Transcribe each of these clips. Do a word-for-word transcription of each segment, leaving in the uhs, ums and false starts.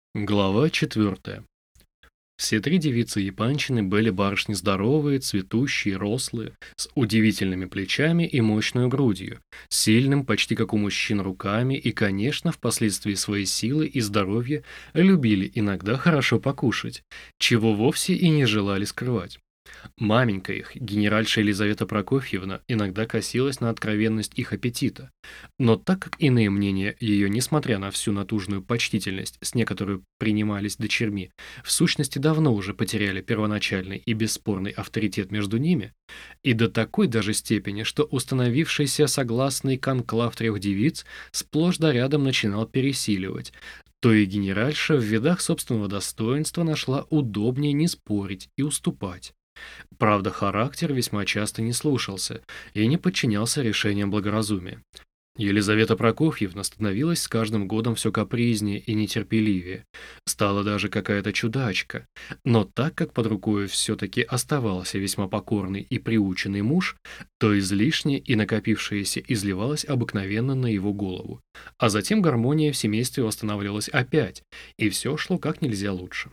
Глава четвертая. Все три девицы Япанчины были барышни здоровые, цветущие, рослые, с удивительными плечами и мощной грудью, сильным, почти как у мужчин, руками и, конечно, впоследствии своей силы и здоровья любили иногда хорошо покушать, чего вовсе и не желали скрывать. Маменька их, генеральша Елизавета Прокофьевна, иногда косилась на откровенность их аппетита. Но так как иные мнения ее, несмотря на всю натужную почтительность, с некоторой принимались дочерьми, в сущности давно уже потеряли первоначальный и бесспорный авторитет между ними, и до такой даже степени, что установившийся согласный конклав трех девиц сплошь да рядом начинал пересиливать, то и генеральша в видах собственного достоинства нашла удобнее не спорить и уступать. Правда, характер весьма часто не слушался и не подчинялся решениям благоразумия. Елизавета Прокофьевна становилась с каждым годом все капризнее и нетерпеливее. Стала даже какая-то чудачка. Но так как под рукой все-таки оставался весьма покорный и приученный муж, то излишнее и накопившееся изливалось обыкновенно на его голову. А затем гармония в семействе восстанавливалась опять, и все шло как нельзя лучше.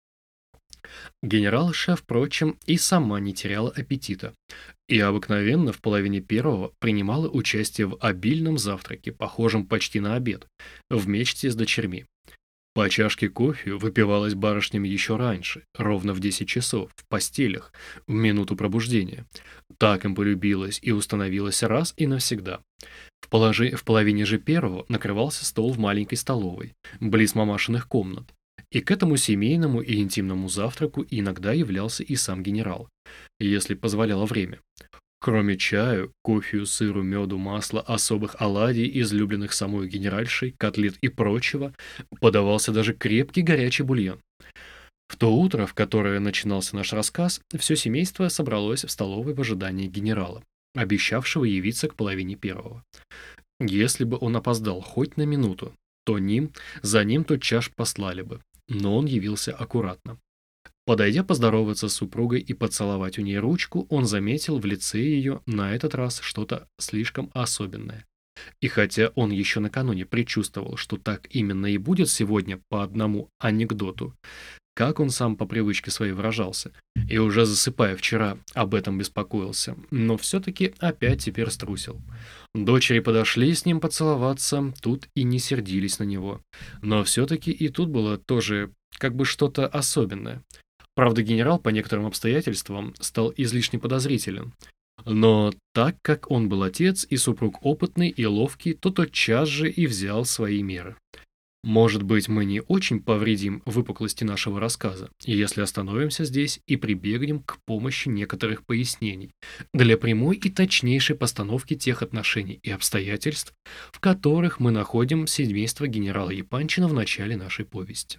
Генералша, впрочем, и сама не теряла аппетита, и обыкновенно в половине первого принимала участие в обильном завтраке, похожем почти на обед, вместе с дочерьми. По чашке кофе выпивалось барышнями еще раньше, ровно в десять часов, в постелях, в минуту пробуждения. Так им полюбилось и установилось раз и навсегда. В, положи- в половине же первого накрывался стол в маленькой столовой, близ мамашиных комнат. И к этому семейному и интимному завтраку иногда являлся и сам генерал, если позволяло время. Кроме чаю, кофею, сыру, меду, масла, особых оладий, излюбленных самой генеральшей, котлет и прочего, подавался даже крепкий горячий бульон. В то утро, в которое начинался наш рассказ, все семейство собралось в столовой в ожидании генерала, обещавшего явиться к половине первого. Если бы он опоздал хоть на минуту, то ним, за ним тотчас послали бы, но он явился аккуратно. Подойдя поздороваться с супругой и поцеловать у ней ручку, он заметил в лице ее на этот раз что-то слишком особенное. И хотя он еще накануне предчувствовал, что так именно и будет сегодня по одному анекдоту, как он сам по привычке своей выражался, и уже засыпая вчера об этом беспокоился, но все-таки опять теперь струсил. Дочери подошли с ним поцеловаться, тут и не сердились на него, но все-таки и тут было тоже как бы что-то особенное. Правда, генерал по некоторым обстоятельствам стал излишне подозрителен. Но так как он был отец и супруг опытный и ловкий, то тотчас же и взял свои меры. Может быть, мы не очень повредим выпуклости нашего рассказа, если остановимся здесь и прибегнем к помощи некоторых пояснений для прямой и точнейшей постановки тех отношений и обстоятельств, в которых мы находим семейство генерала Япанчина в начале нашей повести.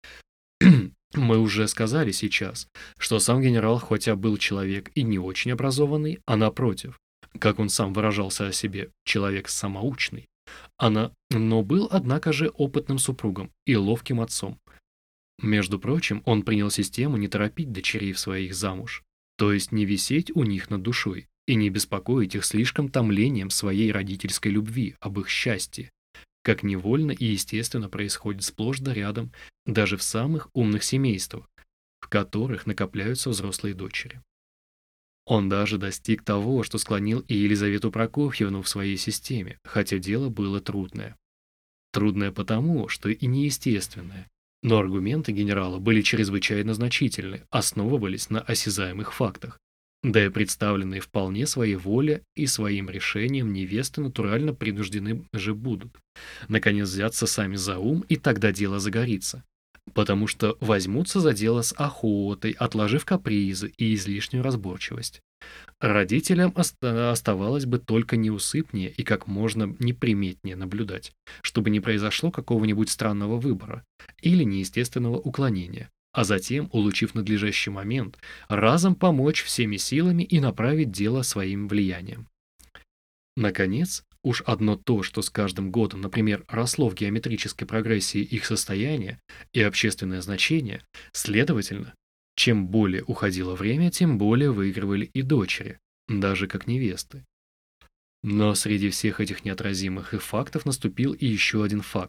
Мы уже сказали сейчас, что сам генерал, хотя был человек и не очень образованный, а напротив, как он сам выражался о себе, человек самоучный, она, но был, однако же, опытным супругом и ловким отцом. Между прочим, он принял систему не торопить дочерей в своих замуж, то есть не висеть у них над душой и не беспокоить их слишком томлением своей родительской любви об их счастье, как невольно и естественно происходит сплошь да рядом, даже в самых умных семействах, в которых накопляются взрослые дочери. Он даже достиг того, что склонил и Елизавету Прокофьевну в своей системе, хотя дело было трудное. Трудное потому, что и неестественное. Но аргументы генерала были чрезвычайно значительны, основывались на осязаемых фактах. Да и представленные вполне своей воле и своим решением невесты натурально принуждены же будут. Наконец взяться сами за ум, и тогда дело загорится. Потому что возьмутся за дело с охотой, отложив капризы и излишнюю разборчивость. Родителям оста- оставалось бы только неусыпнее и как можно неприметнее наблюдать, чтобы не произошло какого-нибудь странного выбора или неестественного уклонения, а затем, улучив надлежащий момент, разом помочь всеми силами и направить дело своим влиянием. Наконец, уж одно то, что с каждым годом, например, росло в геометрической прогрессии их состояние и общественное значение, следовательно, чем более уходило время, тем более выигрывали и дочери, даже как невесты. Но среди всех этих неотразимых и фактов наступил и еще один факт,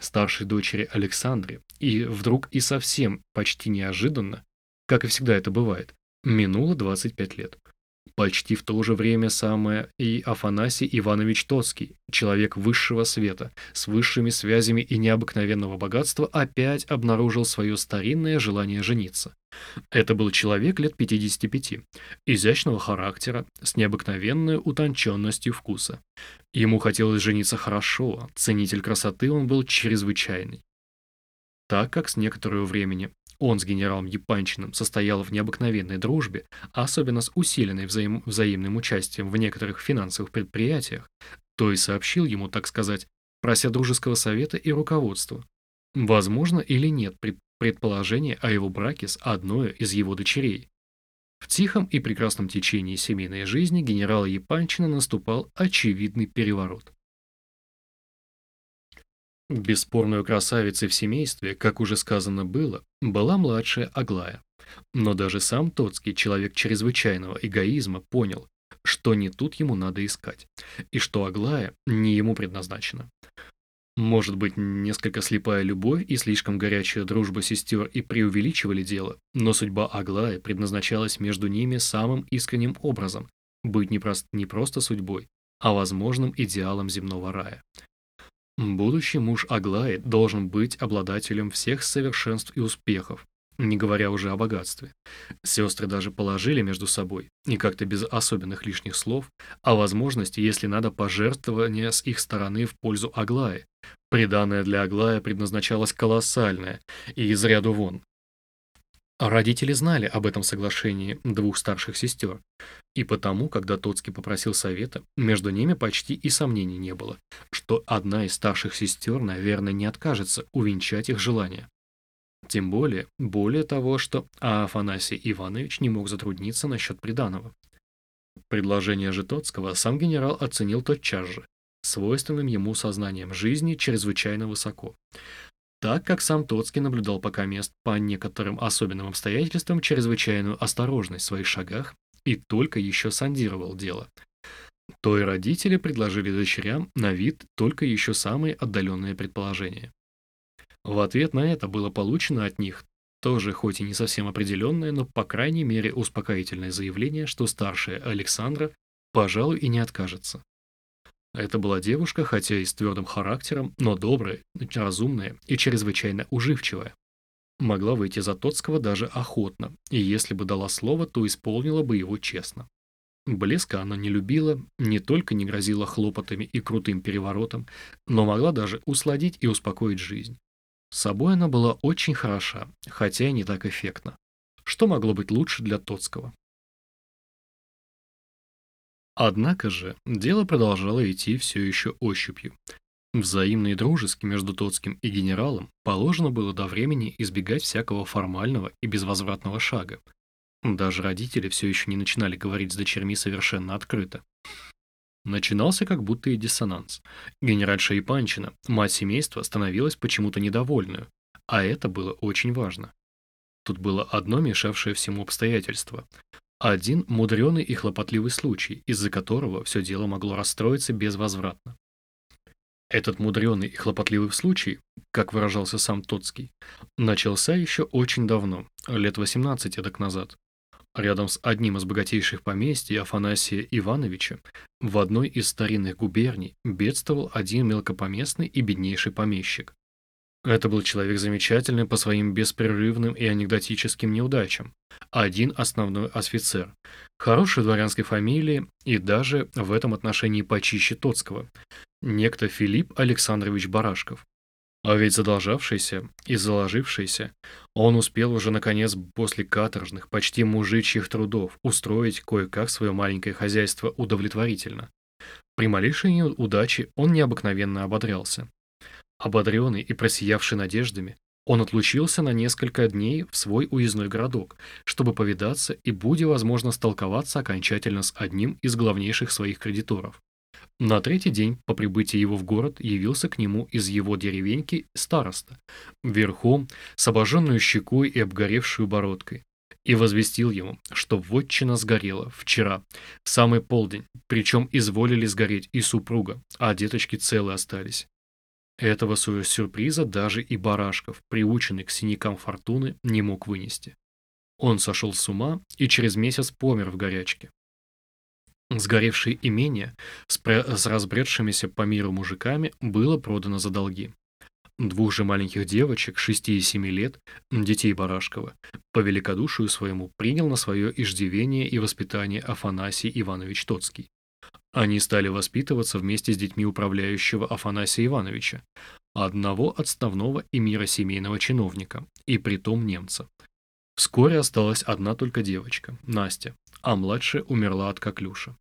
старшей дочери Александре, и вдруг и совсем почти неожиданно, как и всегда это бывает, минуло двадцать пять лет. Почти в то же время самое и Афанасий Иванович Тоцкий, человек высшего света, с высшими связями и необыкновенного богатства, опять обнаружил свое старинное желание жениться. Это был человек лет пятидесяти пяти, изящного характера, с необыкновенной утонченностью вкуса. Ему хотелось жениться хорошо, ценитель красоты он был чрезвычайный. Так как с некоторого времени он с генералом Епанчиным состоял в необыкновенной дружбе, а особенно с усиленной взаим- взаимным участием в некоторых финансовых предприятиях, то и сообщил ему, так сказать, прося дружеского совета и руководства, возможно или нет пред- предположение о его браке с одной из его дочерей. В тихом и прекрасном течении семейной жизни генерала Епанчина наступал очевидный переворот. Бесспорную красавицей в семействе, как уже сказано было, была младшая Аглая. Но даже сам Тоцкий, человек чрезвычайного эгоизма, понял, что не тут ему надо искать, и что Аглая не ему предназначена. Может быть, несколько слепая любовь и слишком горячая дружба сестер и преувеличивали дело, но судьба Аглаи предназначалась между ними самым искренним образом, быть не, прост- не просто судьбой, а возможным идеалом земного рая. Будущий муж Аглаи должен быть обладателем всех совершенств и успехов, не говоря уже о богатстве. Сестры даже положили между собой, и как-то без особенных лишних слов, о возможности, если надо, пожертвования с их стороны в пользу Аглаи. Приданое для Аглаи предназначалось колоссальное и из ряду вон. Родители знали об этом соглашении двух старших сестер, и потому, когда Тоцкий попросил совета, между ними почти и сомнений не было, что одна из старших сестер, наверное, не откажется увенчать их желание. Тем более, более того, что Афанасий Иванович не мог затрудниться насчет приданого. Предложение же Тоцкого сам генерал оценил тотчас же, свойственным ему сознанием жизни чрезвычайно высоко. Так как сам Тоцкий наблюдал пока мест по некоторым особенным обстоятельствам чрезвычайную осторожность в своих шагах и только еще сондировал дело, то и родители предложили дочерям на вид только еще самые отдаленные предположения. В ответ на это было получено от них тоже хоть и не совсем определенное, но по крайней мере успокоительное заявление, что старшая Александра, пожалуй, и не откажется. Это была девушка, хотя и с твердым характером, но добрая, разумная и чрезвычайно уживчивая. Могла выйти за Тоцкого даже охотно, и если бы дала слово, то исполнила бы его честно. Блеска она не любила, не только не грозила хлопотами и крутым переворотом, но могла даже усладить и успокоить жизнь. С собой она была очень хороша, хотя и не так эффектна. Что могло быть лучше для Тоцкого? Однако же дело продолжало идти все еще ощупью. Взаимно и дружески между Тоцким и генералом положено было до времени избегать всякого формального и безвозвратного шага. Даже родители все еще не начинали говорить с дочерьми совершенно открыто. Начинался как будто и диссонанс. Генеральша Ипанчина, мать семейства, становилась почему-то недовольную, а это было очень важно. Тут было одно мешавшее всему обстоятельство. Один мудреный и хлопотливый случай, из-за которого все дело могло расстроиться безвозвратно. Этот мудреный и хлопотливый случай, как выражался сам Тоцкий, начался еще очень давно, лет восемнадцать эдак назад. Рядом с одним из богатейших поместий Афанасия Ивановича в одной из старинных губерний бедствовал один мелкопоместный и беднейший помещик. Это был человек замечательный по своим беспрерывным и анекдотическим неудачам, один основной офицер, хорошей дворянской фамилии и даже в этом отношении почище Тоцкого, некто Филипп Александрович Барашков. А ведь задолжавшийся и заложившийся, он успел уже, наконец, после каторжных, почти мужичьих трудов устроить кое-как свое маленькое хозяйство удовлетворительно. При малейшей неудаче он необыкновенно ободрялся. Ободренный и просиявший надеждами, он отлучился на несколько дней в свой уездной городок, чтобы повидаться и, будь возможно, столковаться окончательно с одним из главнейших своих кредиторов. На третий день по прибытии его в город явился к нему из его деревеньки староста, верхом, с обожженной щекой и обгоревшую бородкой, и возвестил ему, что вотчина сгорела вчера, в самый полдень, причем изволили сгореть и супруга, а деточки целы остались. Этого сю- сюрприза даже и Барашков, приученный к синякам фортуны, не мог вынести. Он сошел с ума и через месяц помер в горячке. Сгоревшее имение с, пре- с разбредшимися по миру мужиками было продано за долги. Двух же маленьких девочек, шести и семи лет, детей Барашкова, по великодушию своему принял на свое иждивение и воспитание Афанасий Иванович Тоцкий. Они стали воспитываться вместе с детьми управляющего Афанасия Ивановича, одного отставного и миросемейного чиновника, и притом немца. Вскоре осталась одна только девочка, Настя, а младшая умерла от коклюша.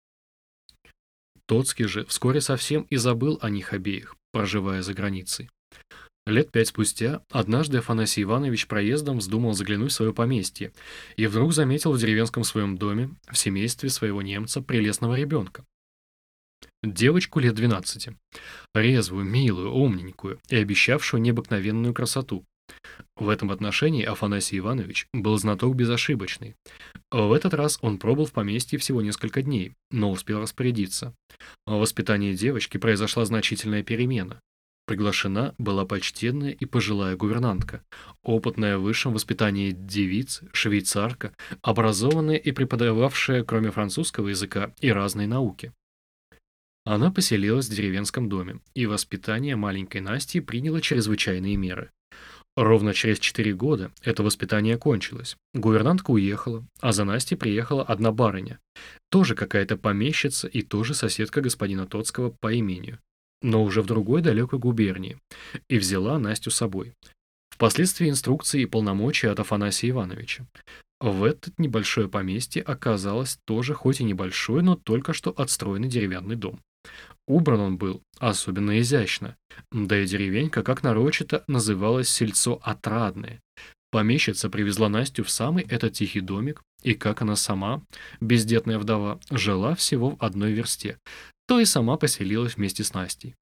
Тоцкий же вскоре совсем и забыл о них обеих, проживая за границей. Лет пять спустя однажды Афанасий Иванович проездом вздумал заглянуть в свое поместье и вдруг заметил в деревенском своем доме в семействе своего немца прелестного ребенка. Девочку лет двенадцати, резвую, милую, умненькую и обещавшую необыкновенную красоту. В этом отношении Афанасий Иванович был знаток безошибочный. В этот раз он пробыл в поместье всего несколько дней, но успел распорядиться. В воспитании девочки произошла значительная перемена. Приглашена была почтенная и пожилая гувернантка, опытная в высшем воспитании девица, швейцарка, образованная и преподававшая, кроме французского языка, и разные науки. Она поселилась в деревенском доме, и воспитание маленькой Насти приняло чрезвычайные меры. Ровно через четыре года это воспитание кончилось. Гувернантка уехала, а за Настей приехала одна барыня. Тоже какая-то помещица и тоже соседка господина Тоцкого по имению, но уже в другой далекой губернии, и взяла Настю с собой. Впоследствии инструкции и полномочия от Афанасия Ивановича. В этот небольшое поместье оказалось тоже хоть и небольшой, но только что отстроенный деревянный дом. Убран он был особенно изящно, да и деревенька, как нарочито, называлась сельцо Отрадное. Помещица привезла Настю в самый этот тихий домик, и как она сама, бездетная вдова, жила всего в одной версте, то и сама поселилась вместе с Настей.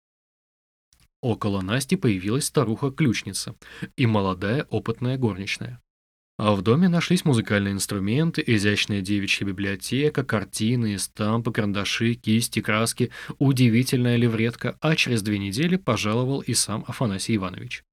Около Насти появилась старуха-ключница и молодая опытная горничная. А в доме нашлись музыкальные инструменты, изящная девичья библиотека, картины, стампы, карандаши, кисти, краски, удивительная левретка, а через две недели пожаловал и сам Афанасий Иванович.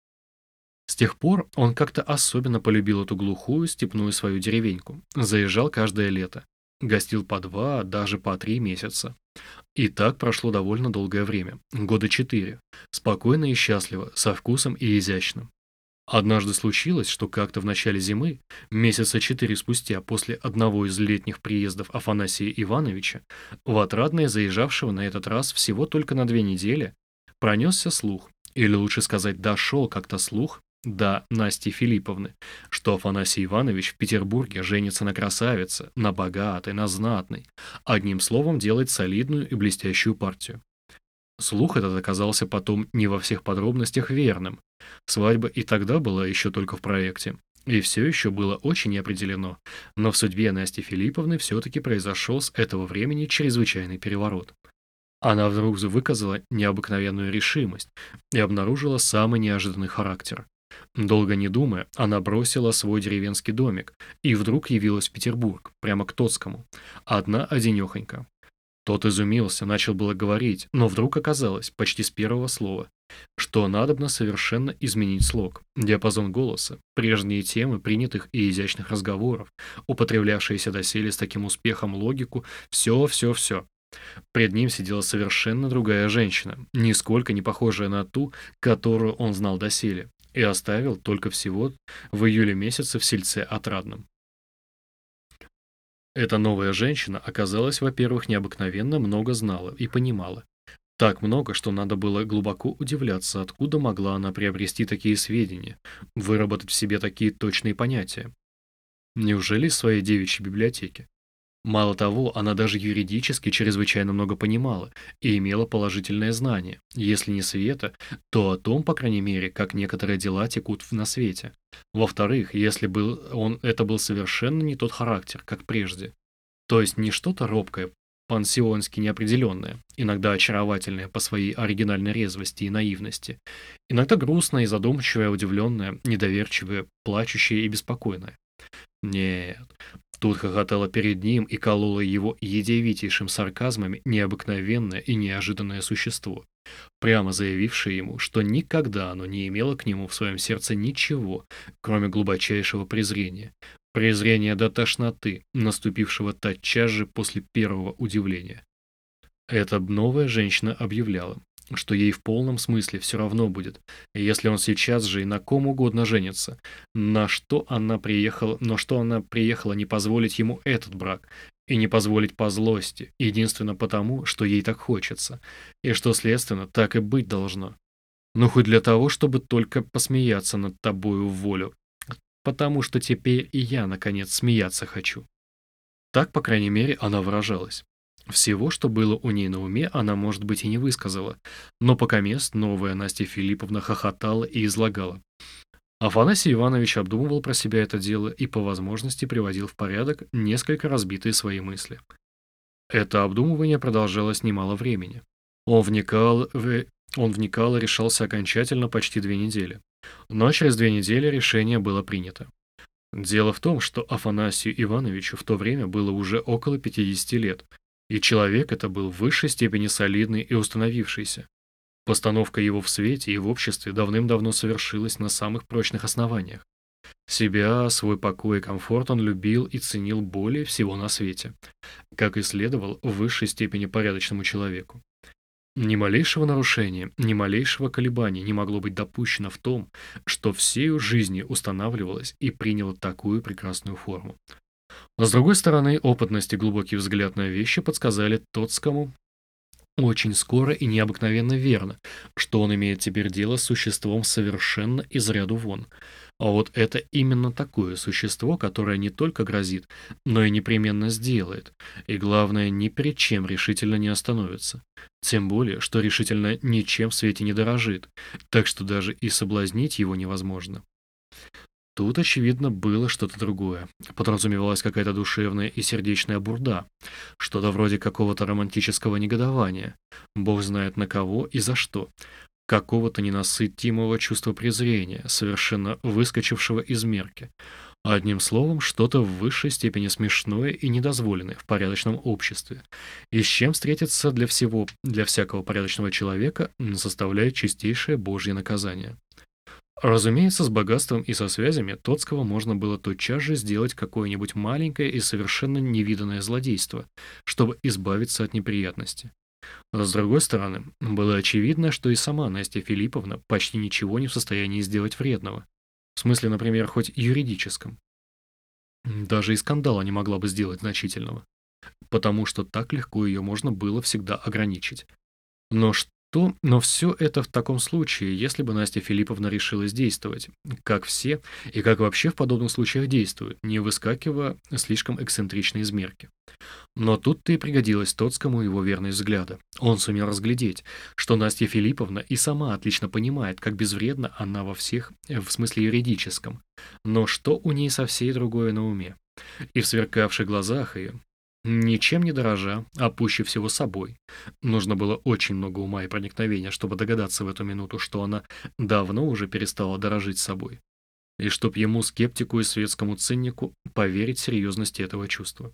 С тех пор он как-то особенно полюбил эту глухую степную свою деревеньку, заезжал каждое лето, гостил по два, даже по три месяца. И так прошло довольно долгое время, года четыре, спокойно и счастливо, со вкусом и изящно. Однажды случилось, что как-то в начале зимы, месяца четыре спустя после одного из летних приездов Афанасия Ивановича, в Отрадное, заезжавшего на этот раз всего только на две недели, пронесся слух, или лучше сказать, дошел как-то слух до Насти Филипповны, что Афанасий Иванович в Петербурге женится на красавице, на богатой, на знатной, одним словом делает солидную и блестящую партию. Слух этот оказался потом не во всех подробностях верным. Свадьба и тогда была еще только в проекте, и все еще было очень неопределено, но в судьбе Насти Филипповны все-таки произошел с этого времени чрезвычайный переворот. Она вдруг выказала необыкновенную решимость и обнаружила самый неожиданный характер. Долго не думая, она бросила свой деревенский домик и вдруг явилась в Петербург, прямо к Тоцкому, одна-одинехонька. Тот изумился, начал было говорить, но вдруг оказалось, почти с первого слова, что надобно совершенно изменить слог, диапазон голоса, прежние темы принятых и изящных разговоров, употреблявшиеся доселе с таким успехом логику, все, все, все. Пред ним сидела совершенно другая женщина, нисколько не похожая на ту, которую он знал доселе, и оставил только всего в июле месяце в сельце Отрадном. Эта новая женщина оказалась, во-первых, необыкновенно много знала и понимала. Так много, что надо было глубоко удивляться, откуда могла она приобрести такие сведения, выработать в себе такие точные понятия. Неужели из своей девичьей библиотеки? Мало того, она даже юридически чрезвычайно много понимала и имела положительное знание, если не света, то о том, по крайней мере, как некоторые дела текут в- на свете. Во-вторых, если был он, это был совершенно не тот характер, как прежде. То есть не что-то робкое, пансионски неопределенное, иногда очаровательное по своей оригинальной резвости и наивности, иногда грустное и задумчивое, удивленное, недоверчивое, плачущее и беспокойное. Нет, Тут хохотала перед ним и колола его ядовитейшим сарказмами необыкновенное и неожиданное существо, прямо заявившее ему, что никогда оно не имело к нему в своем сердце ничего, кроме глубочайшего презрения. Презрения до тошноты, наступившего тотчас же после первого удивления. Эта новая женщина объявляла, что ей в полном смысле все равно будет, если он сейчас же и на ком угодно женится, на что она приехала, но что она приехала не позволить ему этот брак, и не позволить по злости, единственно потому, что ей так хочется, и что, следственно, так и быть должно. Ну, хоть для того, чтобы только посмеяться над тобою в волю, потому что теперь и я, наконец, смеяться хочу. Так, по крайней мере, она выражалась. Всего, что было у ней на уме, она, может быть, и не высказала, но покамест новая Настя Филипповна хохотала и излагала. Афанасий Иванович обдумывал про себя это дело и по возможности приводил в порядок несколько разбитые свои мысли. Это обдумывание продолжалось немало времени. Он вникал, в... он вникал и решался окончательно почти две недели. Но через две недели решение было принято. Дело в том, что Афанасию Ивановичу в то время было уже около пятидесяти лет, и человек это был в высшей степени солидный и установившийся. Постановка его в свете и в обществе давным-давно совершилась на самых прочных основаниях. Себя, свой покой и комфорт он любил и ценил более всего на свете, как и следовал в высшей степени порядочному человеку. Ни малейшего нарушения, ни малейшего колебания не могло быть допущено в том, что всею жизнью устанавливалось и приняло такую прекрасную форму. Но с другой стороны, опытность и глубокий взгляд на вещи подсказали Тотскому очень скоро и необыкновенно верно, что он имеет теперь дело с существом совершенно из ряду вон. А вот это именно такое существо, которое не только грозит, но и непременно сделает, и главное, ни перед чем решительно не остановится. Тем более, что решительно ничем в свете не дорожит, так что даже и соблазнить его невозможно. Тут, очевидно, было что-то другое. Подразумевалась какая-то душевная и сердечная бурда, что-то вроде какого-то романтического негодования. Бог знает на кого и за что. Какого-то ненасытимого чувства презрения, совершенно выскочившего из мерки. Одним словом, что-то в высшей степени смешное и недозволенное в порядочном обществе. И с чем встретиться для всего, для всякого порядочного человека, составляет чистейшее Божье наказание. Разумеется, с богатством и со связями Тотского можно было тотчас же сделать какое-нибудь маленькое и совершенно невиданное злодейство, чтобы избавиться от неприятности. Но с другой стороны, было очевидно, что и сама Настя Филипповна почти ничего не в состоянии сделать вредного. В смысле, например, хоть юридическом. Даже и скандала не могла бы сделать значительного, потому что так легко ее можно было всегда ограничить. Но что, но все это в таком случае, если бы Настя Филипповна решилась действовать, как все и как вообще в подобных случаях действуют, не выскакивая слишком эксцентрично из мерки. Но тут-то и пригодилась Тотскому его верность взгляда. Он сумел разглядеть, что Настя Филипповна и сама отлично понимает, как безвредна она во всех, в смысле юридическом, но что у ней со всей другое на уме. И в сверкавших глазах ее, ничем не дорожа, а пуще всего собой. Нужно было очень много ума и проникновения, чтобы догадаться в эту минуту, что она давно уже перестала дорожить собой. И чтоб ему, скептику и светскому циннику, поверить серьезности этого чувства.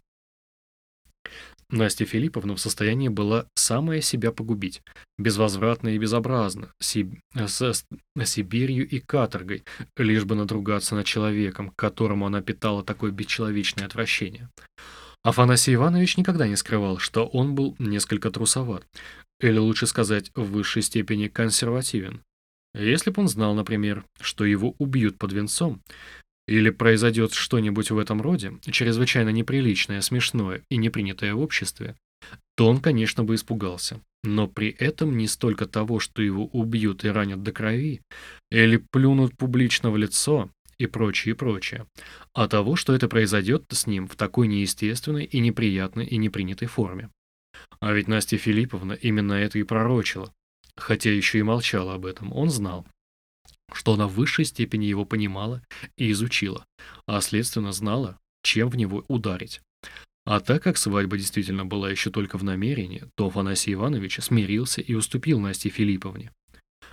Настя Филипповна в состоянии была самая себя погубить, безвозвратно и безобразно, Сиб... с... с Сибирью и каторгой, лишь бы надругаться над человеком, к которому она питала такое бесчеловечное отвращение. Афанасий Иванович никогда не скрывал, что он был несколько трусоват, или лучше сказать, в высшей степени консервативен. Если бы он знал, например, что его убьют под венцом, или произойдет что-нибудь в этом роде, чрезвычайно неприличное, смешное и непринятое в обществе, то он, конечно, бы испугался. Но при этом не столько того, что его убьют и ранят до крови, или плюнут публично в лицо, и прочее, и прочее, а того, что это произойдет с ним в такой неестественной и неприятной и непринятой форме. А ведь Настя Филипповна именно это и пророчила, хотя еще и молчала об этом, он знал, что она в высшей степени его понимала и изучила, а следственно знала, чем в него ударить. А так как свадьба действительно была еще только в намерении, то Афанасий Иванович смирился и уступил Насте Филипповне.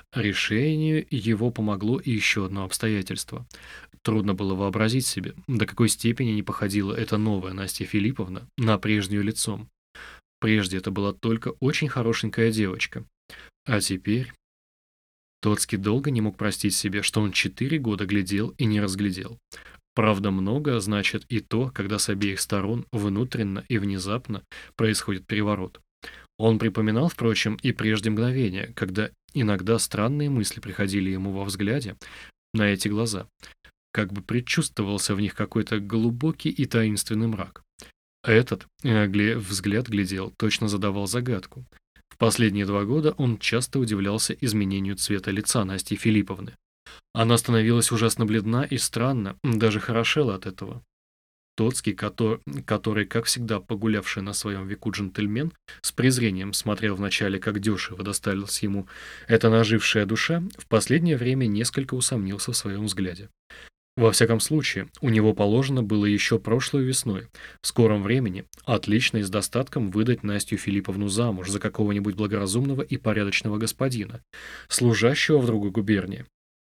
Решению его помогло и еще одно обстоятельство. Трудно было вообразить себе, до какой степени не походила эта новая Настя Филипповна на прежнюю лицом. Прежде это была только очень хорошенькая девочка. А теперь Тоцкий долго не мог простить себе, что он четыре года глядел и не разглядел. Правда, много значит и то, когда с обеих сторон внутренно и внезапно происходит переворот. Он припоминал, впрочем, и прежде мгновения, когда иногда странные мысли приходили ему во взгляде на эти глаза, как бы предчувствовался в них какой-то глубокий и таинственный мрак. Этот э, гле- взгляд глядел, точно задавал загадку. В последние два года он часто удивлялся изменению цвета лица Насти Филипповны. Она становилась ужасно бледна и странно, даже хорошела от этого. Тоцкий, кото- который, как всегда погулявший на своем веку джентльмен, с презрением смотрел вначале, как дешево досталась ему эта нажившая душа, в последнее время несколько усомнился в своем взгляде. Во всяком случае, у него положено было еще прошлой весной, в скором времени, отлично и с достатком выдать Настю Филипповну замуж за какого-нибудь благоразумного и порядочного господина, служащего в другой губернии.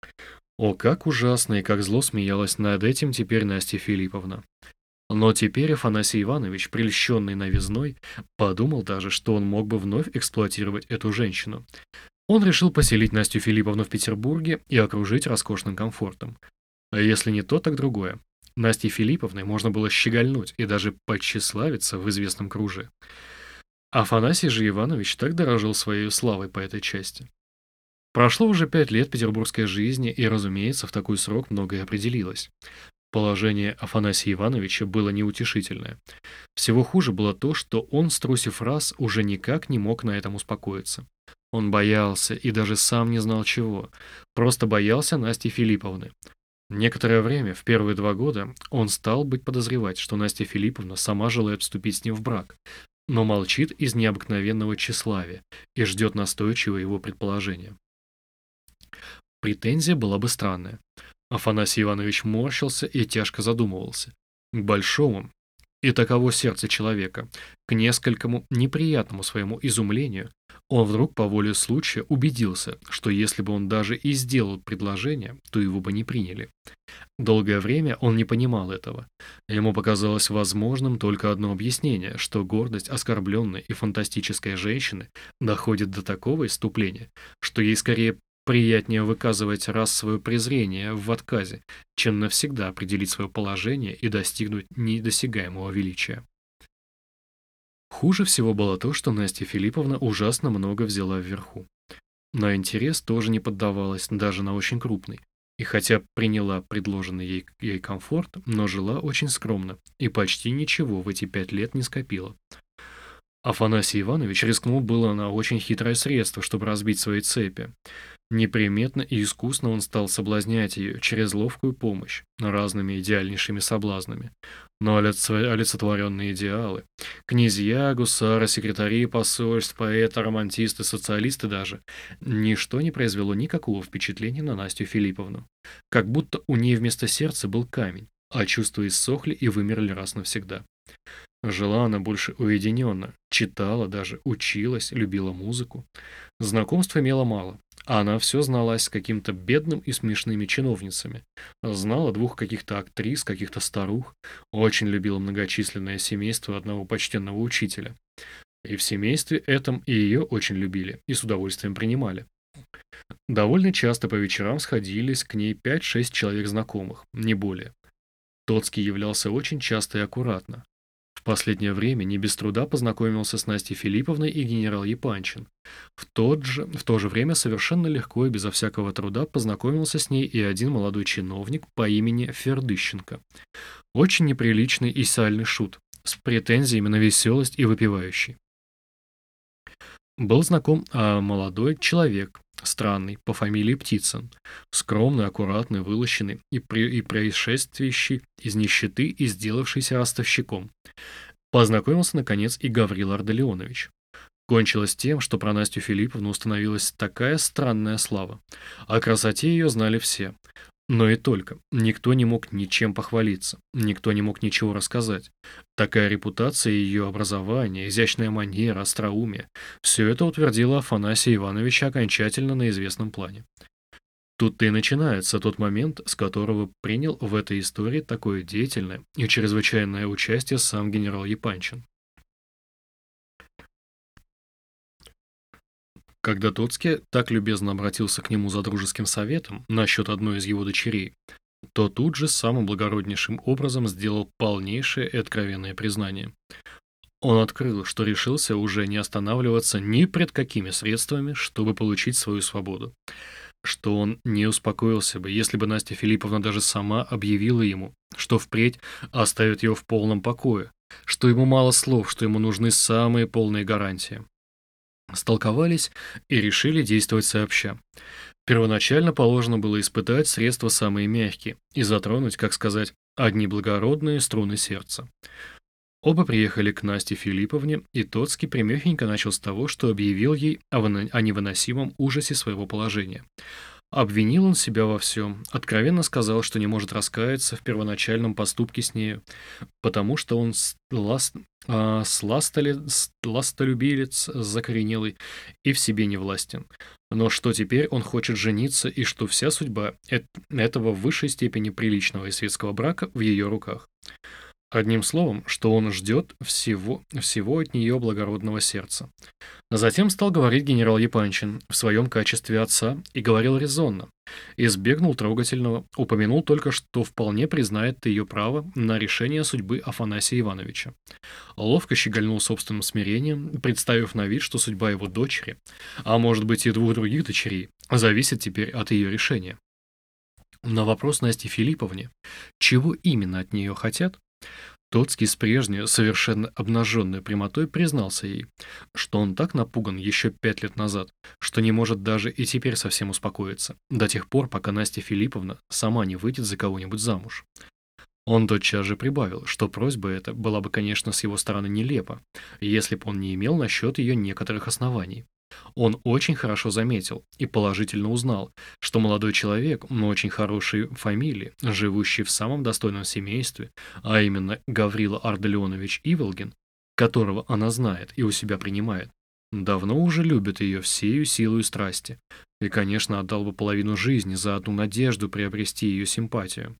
О, как ужасно и как зло смеялась над этим теперь Настя Филипповна. Но теперь Афанасий Иванович, прельщенный новизной, подумал даже, что он мог бы вновь эксплуатировать эту женщину. Он решил поселить Настю Филипповну в Петербурге и окружить роскошным комфортом. А если не то, так другое. Настей Филипповной можно было щегольнуть и даже подчеславиться в известном круже. Афанасий же Иванович так дорожил своей славой по этой части. Прошло уже пять лет петербургской жизни, и, разумеется, в такой срок многое определилось. Положение Афанасия Ивановича было неутешительное. Всего хуже было то, что он, струсив раз, уже никак не мог на этом успокоиться. Он боялся и даже сам не знал чего. Просто боялся Насти Филипповны. Некоторое время, в первые два года, он стал быть подозревать, что Настя Филипповна сама желает вступить с ним в брак, но молчит из необыкновенного тщеславия и ждет настойчиво его предположения. Претензия была бы странная. Афанасий Иванович морщился и тяжко задумывался. К большому, и таково сердце человека, к несколькому неприятному своему изумлению, он вдруг по воле случая убедился, что если бы он даже и сделал предложение, то его бы не приняли. Долгое время он не понимал этого. Ему показалось возможным только одно объяснение, что гордость оскорбленной и фантастической женщины доходит до такого исступления, что ей скорее приятнее выказывать раз свое презрение в отказе, чем навсегда определить свое положение и достигнуть недосягаемого величия. Хуже всего было то, что Настя Филипповна ужасно много взяла вверху. На интерес тоже не поддавалась, даже на очень крупный. И хотя приняла предложенный ей, ей комфорт, но жила очень скромно и почти ничего в эти пять лет не скопила. Афанасий Иванович рискнул было на очень хитрое средство, чтобы разбить свои цепи. Неприметно и искусно он стал соблазнять ее через ловкую помощь разными идеальнейшими соблазнами. Но олицо- олицетворенные идеалы, князья, гусары, секретари посольств, поэты, романтисты, социалисты даже, ничто не произвело никакого впечатления на Настю Филипповну. Как будто у нее вместо сердца был камень, а чувства иссохли и вымерли раз навсегда. Жила она больше уединенно, читала даже, училась, любила музыку. Знакомств имела мало, а она все зналась с каким-то бедным и смешными чиновницами. Знала двух каких-то актрис, каких-то старух, очень любила многочисленное семейство одного почтенного учителя. И в семействе этом и ее очень любили, и с удовольствием принимали. Довольно часто по вечерам сходились к ней пять-шесть человек знакомых, не более. Тоцкий являлся очень часто и аккуратно. В последнее время не без труда познакомился с Настей Филипповной и генерал Епанчин. В, тот же, в то же время совершенно легко и безо всякого труда познакомился с ней и один молодой чиновник по имени Фердыщенко. Очень неприличный и сальный шут, с претензиями на веселость и выпивающий. Был знаком а, молодой человек, странный, по фамилии Птицын, скромный, аккуратный, вылощенный и, при, и происшествующий из нищеты и сделавшийся ростовщиком. Познакомился, наконец, и Гаврил Ардалионович. Кончилось тем, что про Настю Филипповну установилась такая странная слава. О красоте ее знали все. Но и только. Никто не мог ничем похвалиться, никто не мог ничего рассказать. Такая репутация ее образование, изящная манера, остроумие — все это утвердило Афанасия Ивановича окончательно на известном плане. Тут-то и начинается тот момент, с которого принял в этой истории такое деятельное и чрезвычайное участие сам генерал Епанчин. Когда Тоцкий так любезно обратился к нему за дружеским советом насчет одной из его дочерей, то тут же самым благороднейшим образом сделал полнейшее и откровенное признание. Он открыл, что решился уже не останавливаться ни пред какими средствами, чтобы получить свою свободу. Что он не успокоился бы, если бы Настя Филипповна даже сама объявила ему, что впредь оставит его в полном покое, что ему мало слов, что ему нужны самые полные гарантии. Столковались и решили действовать сообща. Первоначально положено было испытать средства самые мягкие и затронуть, как сказать, одни благородные струны сердца. Оба приехали к Насте Филипповне, и Тоцкий прямехенько начал с того, что объявил ей о, вына- о невыносимом ужасе своего положения. Обвинил он себя во всем, откровенно сказал, что не может раскаяться в первоначальном поступке с нею, потому что он сласт, а, сластоле- сластолюбилец закоренелый и в себе не властен. Но что теперь он хочет жениться, и что вся судьба эт- этого в высшей степени приличного и светского брака в ее руках. Одним словом, что он ждет всего, всего от нее благородного сердца. Затем стал говорить генерал Епанчин в своем качестве отца и говорил резонно. Избегнул трогательного, упомянул только, что вполне признает ее право на решение судьбы Афанасия Ивановича. Ловко щегольнул собственным смирением, представив на вид, что судьба его дочери, а может быть и двух других дочерей, зависит теперь от ее решения. На вопрос Насти Филипповне, чего именно от нее хотят, Тоцкий с прежней, совершенно обнаженной прямотой признался ей, что он так напуган еще пять лет назад, что не может даже и теперь совсем успокоиться, до тех пор, пока Настя Филипповна сама не выйдет за кого-нибудь замуж. Он тотчас же прибавил, что просьба эта была бы, конечно, с его стороны нелепа, если бы он не имел насчет ее некоторых оснований. Он очень хорошо заметил и положительно узнал, что молодой человек, но очень хорошей фамилии, живущий в самом достойном семействе, а именно Гаврила Ардалионович Иволгин, которого она знает и у себя принимает, давно уже любит ее всею силою страсти и, конечно, отдал бы половину жизни за одну надежду приобрести ее симпатию.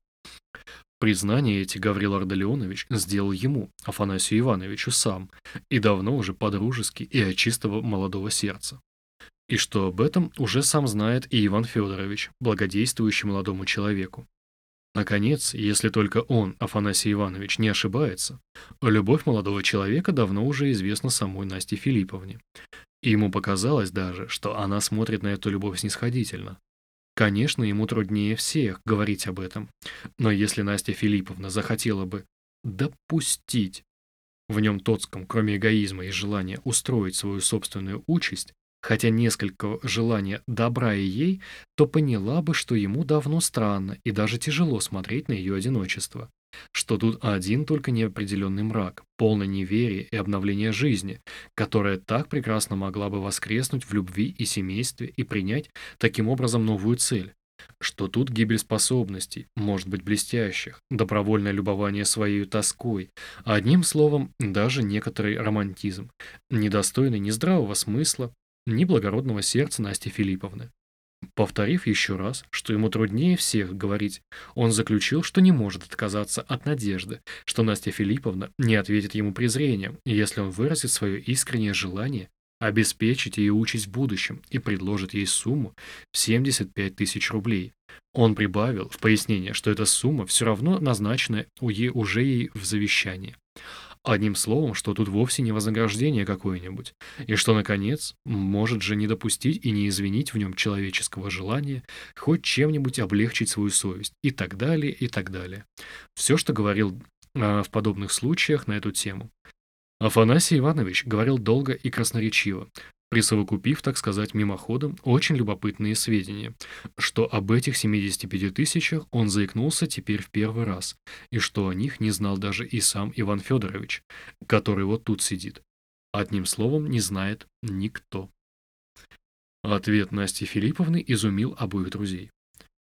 Признание эти Гаврил Ардалионович сделал ему, Афанасию Ивановичу, сам, и давно уже по-дружески и от чистого молодого сердца. И что об этом уже сам знает и Иван Федорович, благодействующий молодому человеку. Наконец, если только он, Афанасий Иванович, не ошибается, любовь молодого человека давно уже известна самой Насте Филипповне. И ему показалось даже, что она смотрит на эту любовь снисходительно. Конечно, ему труднее всех говорить об этом, но если Настя Филипповна захотела бы допустить в нем Тоцком, кроме эгоизма и желания устроить свою собственную участь, хотя несколько желания добра и ей, то поняла бы, что ему давно странно и даже тяжело смотреть на ее одиночество. Что тут один только неопределенный мрак, полное неверие и обновление жизни, которая так прекрасно могла бы воскреснуть в любви и семействе и принять таким образом новую цель. Что тут гибель способностей, может быть блестящих, добровольное любование своей тоской, одним словом, даже некоторый романтизм, недостойный ни здравого смысла, ни благородного сердца Насти Филипповны. Повторив еще раз, что ему труднее всех говорить, он заключил, что не может отказаться от надежды, что Настя Филипповна не ответит ему презрением, если он выразит свое искреннее желание обеспечить ее участь в будущем и предложит ей сумму в семьдесят пять тысяч рублей. Он прибавил в пояснение, что эта сумма все равно назначена у е- уже ей в завещании. Одним словом, что тут вовсе не вознаграждение какое-нибудь, и что, наконец, может же не допустить и не извинить в нем человеческого желания хоть чем-нибудь облегчить свою совесть, и так далее, и так далее. Все, что говорил а, в подобных случаях на эту тему. Афанасий Иванович говорил долго и красноречиво, присовокупив, так сказать, мимоходом очень любопытные сведения, что об этих семидесяти пяти тысячах он заикнулся теперь в первый раз, и что о них не знал даже и сам Иван Федорович, который вот тут сидит. Одним словом, не знает никто. Ответ Насти Филипповны изумил обоих друзей.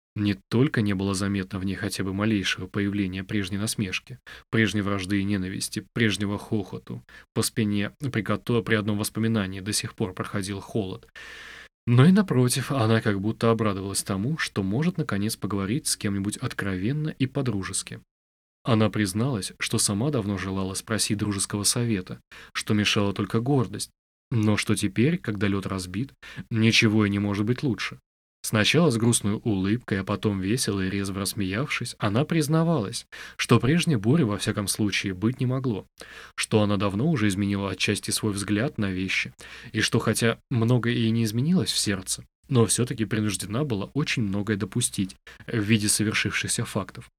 Не только не было заметно в ней хотя бы малейшего появления прежней насмешки, прежней вражды и ненависти, прежнего хохоту. По спине при, кото- при одном воспоминании до сих пор проходил холод. Но и напротив, она как будто обрадовалась тому, что может наконец поговорить с кем-нибудь откровенно и по-дружески. Она призналась, что сама давно желала спросить дружеского совета, что мешала только гордость, но что теперь, когда лед разбит, ничего и не может быть лучше. Сначала с грустной улыбкой, а потом весело и резво рассмеявшись, она признавалась, что прежней бури во всяком случае быть не могло, что она давно уже изменила отчасти свой взгляд на вещи, и что хотя многое и не изменилось в сердце, но все-таки принуждена была очень многое допустить в виде совершившихся фактов.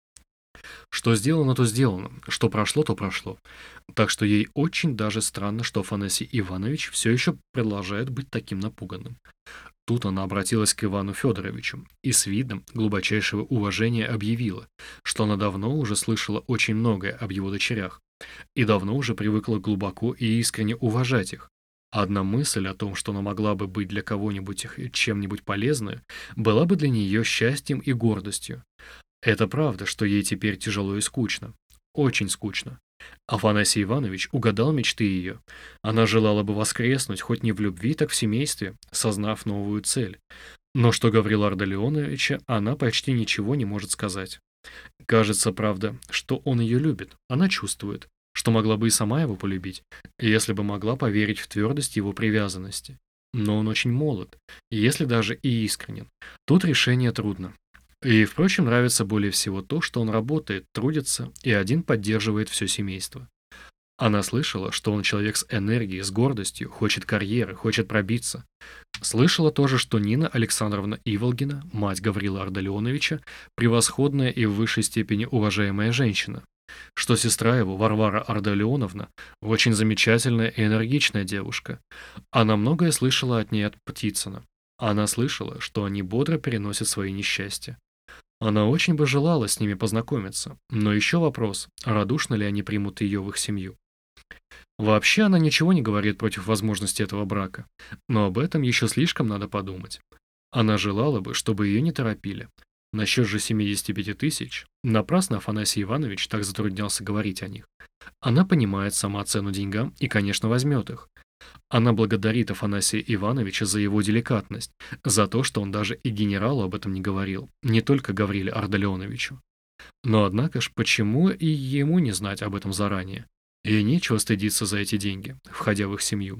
Что сделано, то сделано, что прошло, то прошло. Так что ей очень даже странно, что Афанасий Иванович все еще продолжает быть таким напуганным. Тут она обратилась к Ивану Федоровичу и с видом глубочайшего уважения объявила, что она давно уже слышала очень многое об его дочерях и давно уже привыкла глубоко и искренне уважать их. Одна мысль о том, что она могла бы быть для кого-нибудь их чем-нибудь полезной, была бы для нее счастьем и гордостью. Это правда, что ей теперь тяжело и скучно. Очень скучно. Афанасий Иванович угадал мечты ее. Она желала бы воскреснуть, хоть не в любви, так в семействе, сознав новую цель. Но что Гаврила Ардалионовича, она почти ничего не может сказать. Кажется, правда, что он ее любит. Она чувствует, что могла бы и сама его полюбить, если бы могла поверить в твердость его привязанности. Но он очень молод, если даже и искренен. Тут решение трудно. И, впрочем, нравится более всего то, что он работает, трудится и один поддерживает все семейство. Она слышала, что он человек с энергией, с гордостью, хочет карьеры, хочет пробиться. Слышала тоже, что Нина Александровна Иволгина, мать Гаврила Ардалионовича, превосходная и в высшей степени уважаемая женщина. Что сестра его, Варвара Ардалионовна, очень замечательная и энергичная девушка. Она многое слышала от ней от Птицына. Она слышала, что они бодро переносят свои несчастья. Она очень бы желала с ними познакомиться, но еще вопрос, радушно ли они примут ее в их семью. Вообще она ничего не говорит против возможности этого брака, но об этом еще слишком надо подумать. Она желала бы, чтобы ее не торопили. Насчет же семидесяти пяти тысяч, напрасно Афанасий Иванович так затруднялся говорить о них. Она понимает сама цену деньгам и, конечно, возьмет их. Она благодарит Афанасия Ивановича за его деликатность, за то, что он даже и генералу об этом не говорил, не только Гавриле Ардалионовичу. Но однако ж, почему и ему не знать об этом заранее? Ей нечего стыдиться за эти деньги, входя в их семью.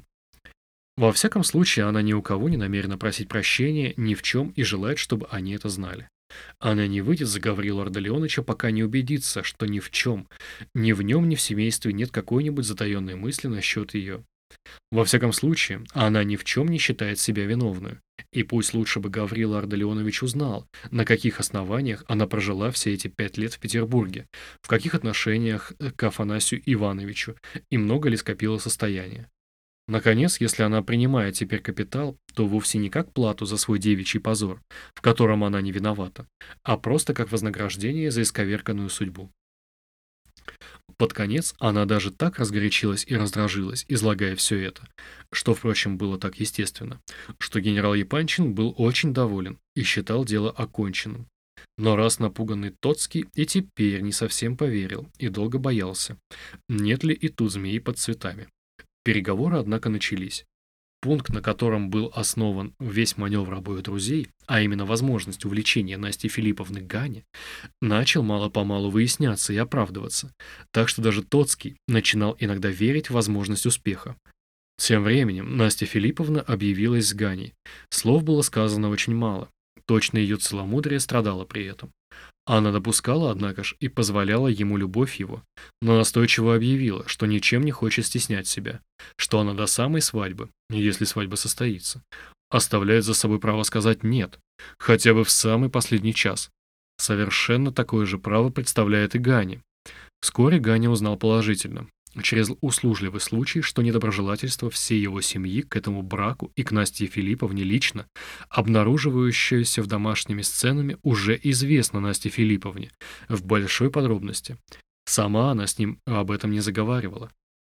Во всяком случае, она ни у кого не намерена просить прощения ни в чем и желает, чтобы они это знали. Она не выйдет за Гаврилу Ардалионовича, пока не убедится, что ни в чем, ни в нем, ни в семействе нет какой-нибудь затаенной мысли насчет ее. Во всяком случае, она ни в чем не считает себя виновной. И пусть лучше бы Гаврила Ардалионович узнал, на каких основаниях она прожила все эти пять лет в Петербурге, в каких отношениях к Афанасию Ивановичу и много ли скопила состояния. Наконец, если она принимает теперь капитал, то вовсе не как плату за свой девичий позор, в котором она не виновата, а просто как вознаграждение за исковерканную судьбу. Под конец она даже так разгорячилась и раздражилась, излагая все это, что, впрочем, было так естественно, что генерал Епанчин был очень доволен и считал дело оконченным. Но раз напуганный Тоцкий и теперь не совсем поверил и долго боялся, нет ли и тут змеи под цветами. Переговоры, однако, начались. Пункт, на котором был основан весь маневр обоих друзей, а именно возможность увлечения Насти Филипповны к Гане, начал мало-помалу выясняться и оправдываться, так что даже Тоцкий начинал иногда верить в возможность успеха. Тем временем Настя Филипповна объявилась с Ганей. Слов было сказано очень мало. Точно ее целомудрие страдало при этом. Она допускала, однако ж, и позволяла ему любовь его, но настойчиво объявила, что ничем не хочет стеснять себя, что она до самой свадьбы, если свадьба состоится, оставляет за собой право сказать «нет», хотя бы в самый последний час. Совершенно такое же право представляет и Гане. Вскоре Ганя узнал положительно, через услужливый случай, что недоброжелательство всей его семьи к этому браку и к Насте Филипповне лично, обнаруживающееся в домашними сценами, уже известно Насте Филипповне в большой подробности. Сама она с ним об этом не заговаривала,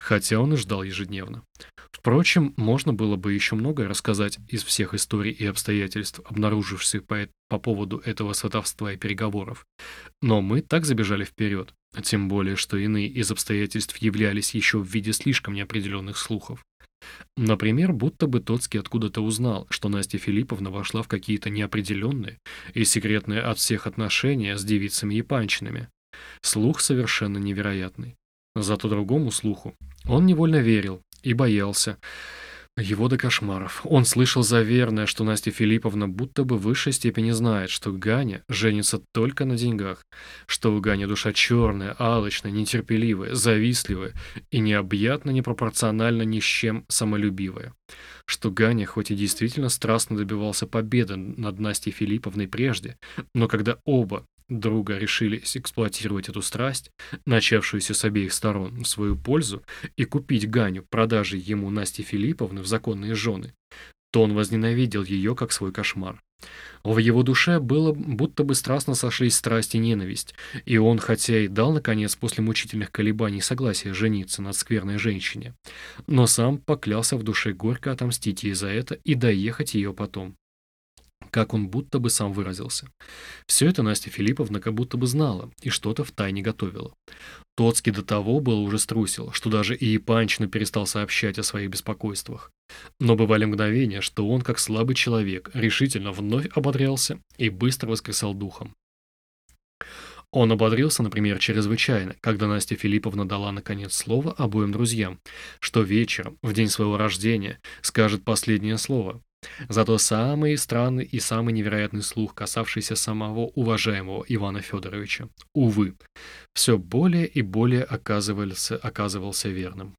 хотя он и ждал ежедневно. Впрочем, можно было бы еще многое рассказать из всех историй и обстоятельств, обнаружившихся по, э- по поводу этого сватовства и переговоров. Но мы так забежали вперед, тем более, что иные из обстоятельств являлись еще в виде слишком неопределенных слухов. Например, будто бы Тоцкий откуда-то узнал, что Настя Филипповна вошла в какие-то неопределенные и секретные от всех отношения с девицами Епанчиными. Слух совершенно невероятный. Зато другому слуху он невольно верил и боялся. Его до кошмаров. Он слышал заверное, что Настя Филипповна будто бы в высшей степени знает, что Ганя женится только на деньгах, что у Гани душа черная, алчная, нетерпеливая, завистливая и необъятно непропорционально ни с чем самолюбивая, что Ганя хоть и действительно страстно добивался победы над Настей Филипповной прежде, но когда оба друга решили эксплуатировать эту страсть, начавшуюся с обеих сторон, в свою пользу, и купить Ганю продажей ему Насти Филипповны в законные жены, то он возненавидел ее как свой кошмар. В его душе было будто бы страстно сошлись страсть и ненависть, и он, хотя и дал, наконец, после мучительных колебаний согласие жениться на скверной женщине, но сам поклялся в душе горько отомстить ей за это и доехать ее потом. Как он будто бы сам выразился. Все это Настя Филипповна как будто бы знала и что-то втайне готовила. Тоцкий до того был уже струсил, что даже и Епанчину перестал сообщать о своих беспокойствах. Но бывали мгновения, что он, как слабый человек, решительно вновь ободрялся и быстро воскресал духом. Он ободрился, например, чрезвычайно, когда Настя Филипповна дала наконец слово обоим друзьям, что вечером, в день своего рождения, скажет последнее слово. Зато самый странный и самый невероятный слух, касавшийся самого уважаемого Ивана Федоровича, увы, все более и более оказывался, оказывался верным.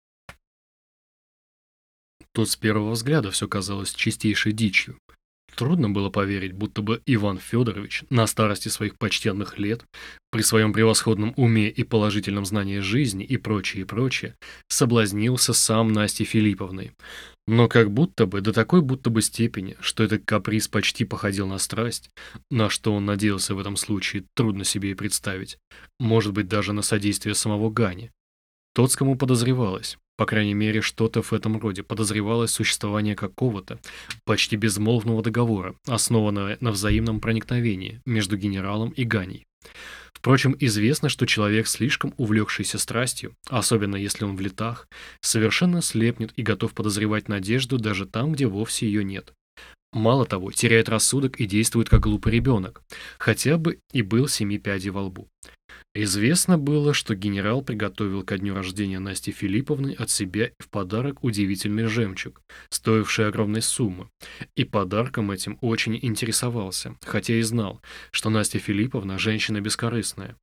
Тут с первого взгляда все казалось чистейшей дичью. Трудно было поверить, будто бы Иван Федорович на старости своих почтенных лет, при своем превосходном уме и положительном знании жизни и прочее, и прочее, соблазнился сам Настей Филипповной. Но как будто бы, до такой будто бы степени, что этот каприз почти походил на страсть, на что он надеялся в этом случае, трудно себе и представить, может быть, даже на содействие самого Гани. Тоцкому подозревалось, по крайней мере, что-то в этом роде, подозревалось существование какого-то почти безмолвного договора, основанного на взаимном проникновении между генералом и Ганей. Впрочем, известно, что человек, слишком увлекшийся страстью, особенно если он в летах, совершенно слепнет и готов подозревать надежду даже там, где вовсе ее нет. Мало того, теряет рассудок и действует как глупый ребенок, хотя бы и был семи пядей во лбу. Известно было, что генерал приготовил ко дню рождения Насти Филипповны от себя в подарок удивительный жемчуг, стоивший огромной суммы, и подарком этим очень интересовался, хотя и знал, что Настя Филипповна – женщина бескорыстная.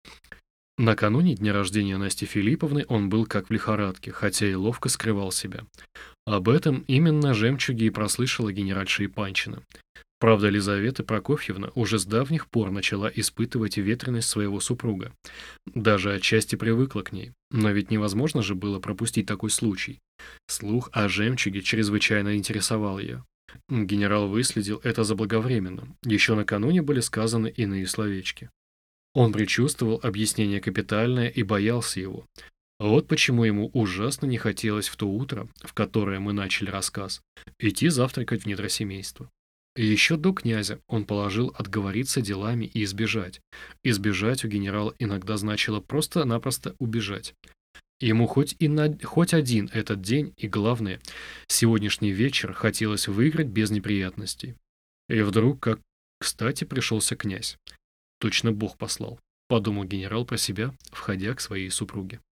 Накануне дня рождения Насти Филипповны он был как в лихорадке, хотя и ловко скрывал себя. Об этом именно жемчуге и прослышала генеральша Ипанчина. Правда, Елизавета Прокофьевна уже с давних пор начала испытывать ветреность своего супруга. Даже отчасти привыкла к ней. Но ведь невозможно же было пропустить такой случай. Слух о жемчуге чрезвычайно интересовал ее. Генерал выследил это заблаговременно. Еще накануне были сказаны иные словечки. Он предчувствовал объяснение капитальное и боялся его. Вот почему ему ужасно не хотелось в то утро, в которое мы начали рассказ, идти завтракать в недра семейства. И еще до князя он положил отговориться делами и избежать. Избежать у генерала иногда значило просто-напросто убежать. Ему хоть и на, хоть один этот день, и главное, сегодняшний вечер хотелось выиграть без неприятностей. И вдруг, как кстати, пришелся князь. Точно Бог послал, подумал генерал про себя, входя к своей супруге.